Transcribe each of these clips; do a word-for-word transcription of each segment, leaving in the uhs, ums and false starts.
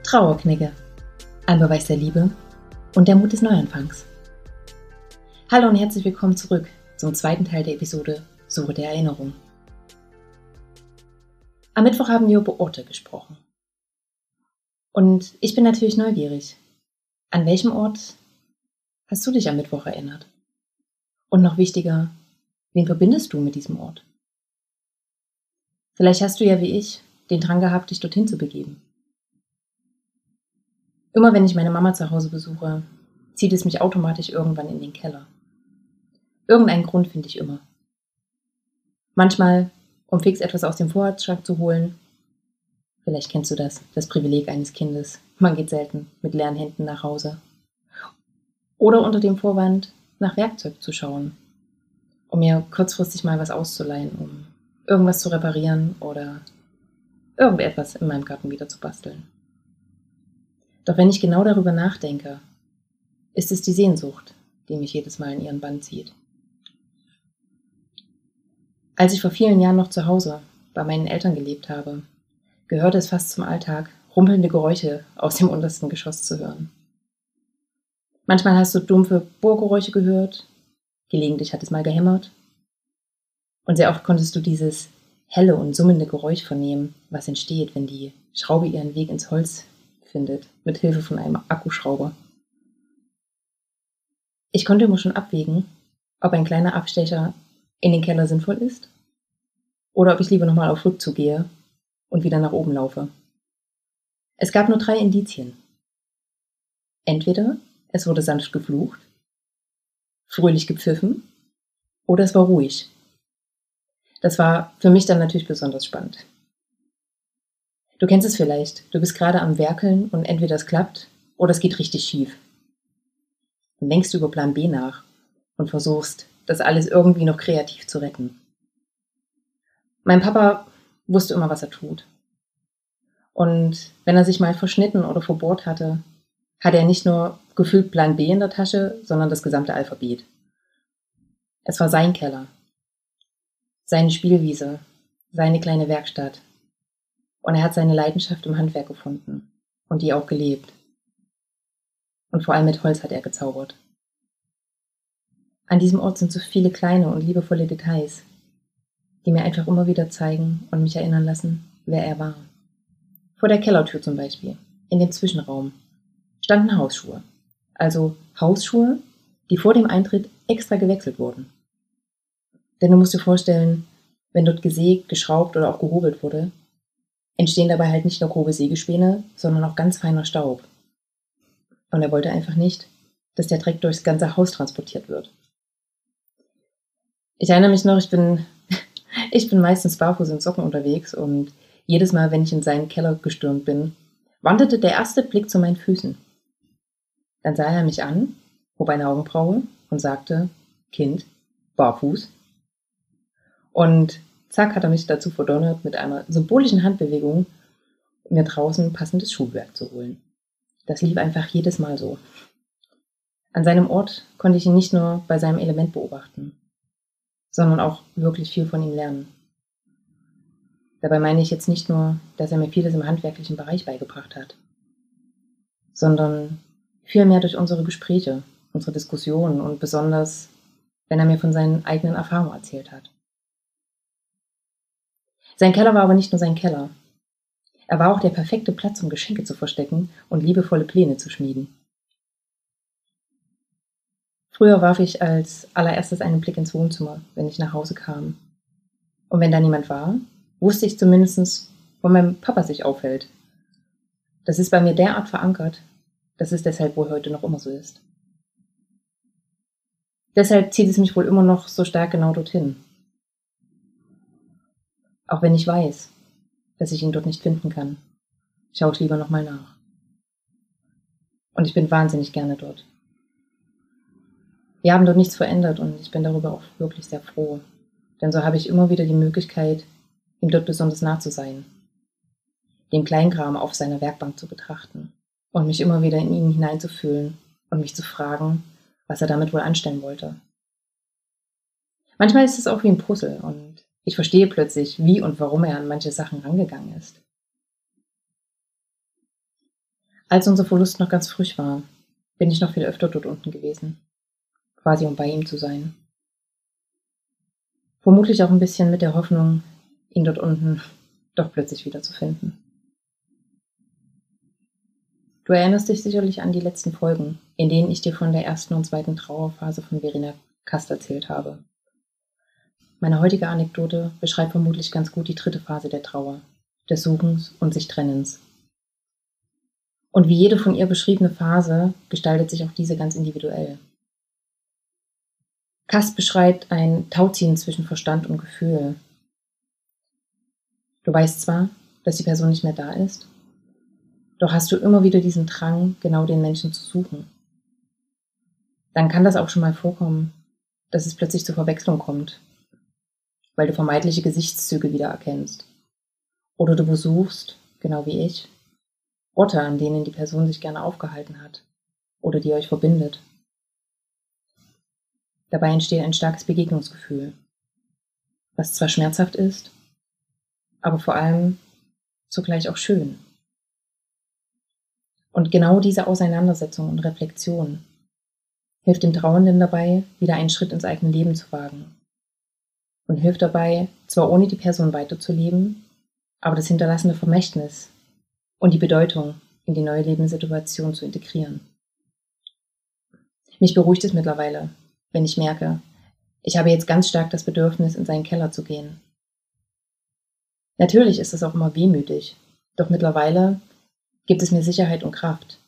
Trauerknigge. Ein Beweis der Liebe und der Mut des Neuanfangs. Hallo und herzlich willkommen zurück zum zweiten Teil der Episode Suche der Erinnerung. Am Mittwoch haben wir über Orte gesprochen. Und ich bin natürlich neugierig. An welchem Ort hast du dich am Mittwoch erinnert? Und noch wichtiger, wen verbindest du mit diesem Ort? Vielleicht hast du ja wie ich den Drang gehabt, dich dorthin zu begeben. Immer wenn ich meine Mama zu Hause besuche, zieht es mich automatisch irgendwann in den Keller. Irgendeinen Grund finde ich immer. Manchmal, um fix etwas aus dem Vorratsschrank zu holen. Vielleicht kennst du das, das Privileg eines Kindes. Man geht selten mit leeren Händen nach Hause. Oder unter dem Vorwand, nach Werkzeug zu schauen, um mir kurzfristig mal was auszuleihen, um irgendwas zu reparieren oder irgendetwas in meinem Garten wieder zu basteln. Doch wenn ich genau darüber nachdenke, ist es die Sehnsucht, die mich jedes Mal in ihren Bann zieht. Als ich vor vielen Jahren noch zu Hause bei meinen Eltern gelebt habe, gehörte es fast zum Alltag, rumpelnde Geräusche aus dem untersten Geschoss zu hören. Manchmal hast du dumpfe Bohrgeräusche gehört, gelegentlich hat es mal gehämmert. Und sehr oft konntest du dieses helle und summende Geräusch vernehmen, was entsteht, wenn die Schraube ihren Weg ins Holz findet, mit Hilfe von einem Akkuschrauber. Ich konnte immer schon abwägen, ob ein kleiner Abstecher in den Keller sinnvoll ist oder ob ich lieber nochmal auf Rückzug gehe und wieder nach oben laufe. Es gab nur drei Indizien. Entweder es wurde sanft geflucht, fröhlich gepfiffen oder es war ruhig. Das war für mich dann natürlich besonders spannend. Du kennst es vielleicht, du bist gerade am Werkeln und entweder es klappt oder es geht richtig schief. Dann denkst du über Plan B nach und versuchst, das alles irgendwie noch kreativ zu retten. Mein Papa wusste immer, was er tut. Und wenn er sich mal verschnitten oder verbohrt hatte, hatte er nicht nur gefühlt Plan B in der Tasche, sondern das gesamte Alphabet. Es war sein Keller, seine Spielwiese, seine kleine Werkstatt. Und er hat seine Leidenschaft im Handwerk gefunden und die auch gelebt. Und vor allem mit Holz hat er gezaubert. An diesem Ort sind so viele kleine und liebevolle Details, die mir einfach immer wieder zeigen und mich erinnern lassen, wer er war. Vor der Kellertür zum Beispiel, in dem Zwischenraum, standen Hausschuhe. Also Hausschuhe, die vor dem Eintritt extra gewechselt wurden. Denn du musst dir vorstellen, wenn dort gesägt, geschraubt oder auch gehobelt wurde, entstehen dabei halt nicht nur grobe Sägespäne, sondern auch ganz feiner Staub. Und er wollte einfach nicht, dass der Dreck durchs ganze Haus transportiert wird. Ich erinnere mich noch, ich bin, ich bin meistens barfuß in Socken unterwegs und jedes Mal, wenn ich in seinen Keller gestürmt bin, wanderte der erste Blick zu meinen Füßen. Dann sah er mich an, hob eine Augenbraue und sagte, Kind, barfuß? Und zack hat er mich dazu verdonnert, mit einer symbolischen Handbewegung mir draußen passendes Schuhwerk zu holen. Das lief einfach jedes Mal so. An seinem Ort konnte ich ihn nicht nur bei seinem Element beobachten, sondern auch wirklich viel von ihm lernen. Dabei meine ich jetzt nicht nur, dass er mir vieles im handwerklichen Bereich beigebracht hat, sondern vielmehr durch unsere Gespräche, unsere Diskussionen und besonders, wenn er mir von seinen eigenen Erfahrungen erzählt hat. Sein Keller war aber nicht nur sein Keller. Er war auch der perfekte Platz, um Geschenke zu verstecken und liebevolle Pläne zu schmieden. Früher warf ich als allererstes einen Blick ins Wohnzimmer, wenn ich nach Hause kam. Und wenn da niemand war, wusste ich zumindest, wo mein Papa sich aufhält. Das ist bei mir derart verankert, dass es deshalb wohl heute noch immer so ist. Deshalb zieht es mich wohl immer noch so stark genau dorthin. Auch wenn ich weiß, dass ich ihn dort nicht finden kann, schaue ich lieber nochmal nach. Und ich bin wahnsinnig gerne dort. Wir haben dort nichts verändert und ich bin darüber auch wirklich sehr froh. Denn so habe ich immer wieder die Möglichkeit, ihm dort besonders nah zu sein, den Kleinkram auf seiner Werkbank zu betrachten und mich immer wieder in ihn hineinzufühlen und mich zu fragen, was er damit wohl anstellen wollte. Manchmal ist es auch wie ein Puzzle und ich verstehe plötzlich, wie und warum er an manche Sachen rangegangen ist. Als unser Verlust noch ganz frisch war, bin ich noch viel öfter dort unten gewesen, quasi um bei ihm zu sein. Vermutlich auch ein bisschen mit der Hoffnung, ihn dort unten doch plötzlich wiederzufinden. Du erinnerst dich sicherlich an die letzten Folgen, in denen ich dir von der ersten und zweiten Trauerphase von Verena Kast erzählt habe. Meine heutige Anekdote beschreibt vermutlich ganz gut die dritte Phase der Trauer, des Suchens und sich Trennens. Und wie jede von ihr beschriebene Phase gestaltet sich auch diese ganz individuell. Kast beschreibt ein Tauziehen zwischen Verstand und Gefühl. Du weißt zwar, dass die Person nicht mehr da ist, doch hast du immer wieder diesen Drang, genau den Menschen zu suchen. Dann kann das auch schon mal vorkommen, dass es plötzlich zur Verwechslung kommt, weil du vermeintliche Gesichtszüge wiedererkennst. Oder du besuchst, genau wie ich, Orte, an denen die Person sich gerne aufgehalten hat oder die euch verbindet. Dabei entsteht ein starkes Begegnungsgefühl, was zwar schmerzhaft ist, aber vor allem zugleich auch schön. Und genau diese Auseinandersetzung und Reflexion hilft dem Trauernden dabei, wieder einen Schritt ins eigene Leben zu wagen und hilft dabei, zwar ohne die Person weiterzuleben, aber das hinterlassene Vermächtnis und die Bedeutung in die neue Lebenssituation zu integrieren. Mich beruhigt es mittlerweile, wenn ich merke, ich habe jetzt ganz stark das Bedürfnis, in seinen Keller zu gehen. Natürlich ist es auch immer wehmütig, doch mittlerweile gibt es mir Sicherheit und Kraft.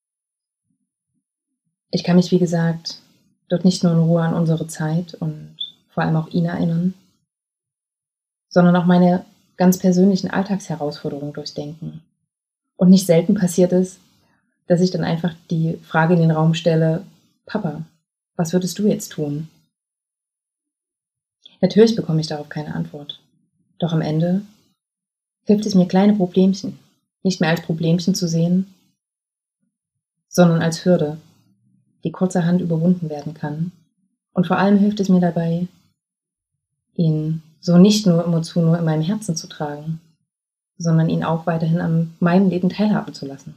Ich kann mich, wie gesagt, dort nicht nur in Ruhe an unsere Zeit und vor allem auch ihn erinnern, sondern auch meine ganz persönlichen Alltagsherausforderungen durchdenken. Und nicht selten passiert es, dass ich dann einfach die Frage in den Raum stelle: Papa, was würdest du jetzt tun? Natürlich bekomme ich darauf keine Antwort. Doch am Ende hilft es mir, kleine Problemchen nicht mehr als Problemchen zu sehen, sondern als Hürde, die kurzerhand überwunden werden kann. Und vor allem hilft es mir dabei, ihn so nicht nur immerzu nur in meinem Herzen zu tragen, sondern ihn auch weiterhin an meinem Leben teilhaben zu lassen.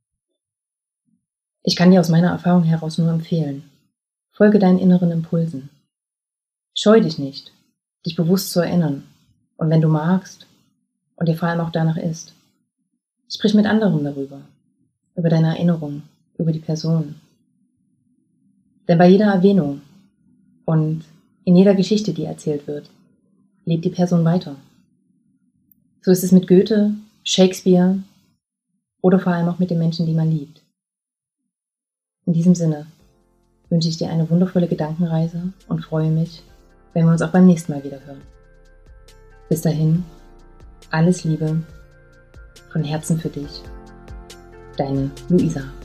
Ich kann dir aus meiner Erfahrung heraus nur empfehlen: Folge deinen inneren Impulsen. Scheu dich nicht, dich bewusst zu erinnern. Und wenn du magst und dir vor allem auch danach ist, sprich mit anderen darüber, über deine Erinnerung, über die Person. Denn bei jeder Erwähnung und in jeder Geschichte, die erzählt wird, lebt die Person weiter. So ist es mit Goethe, Shakespeare oder vor allem auch mit den Menschen, die man liebt. In diesem Sinne wünsche ich dir eine wundervolle Gedankenreise und freue mich, wenn wir uns auch beim nächsten Mal wieder hören. Bis dahin, alles Liebe, von Herzen für dich, deine Luisa.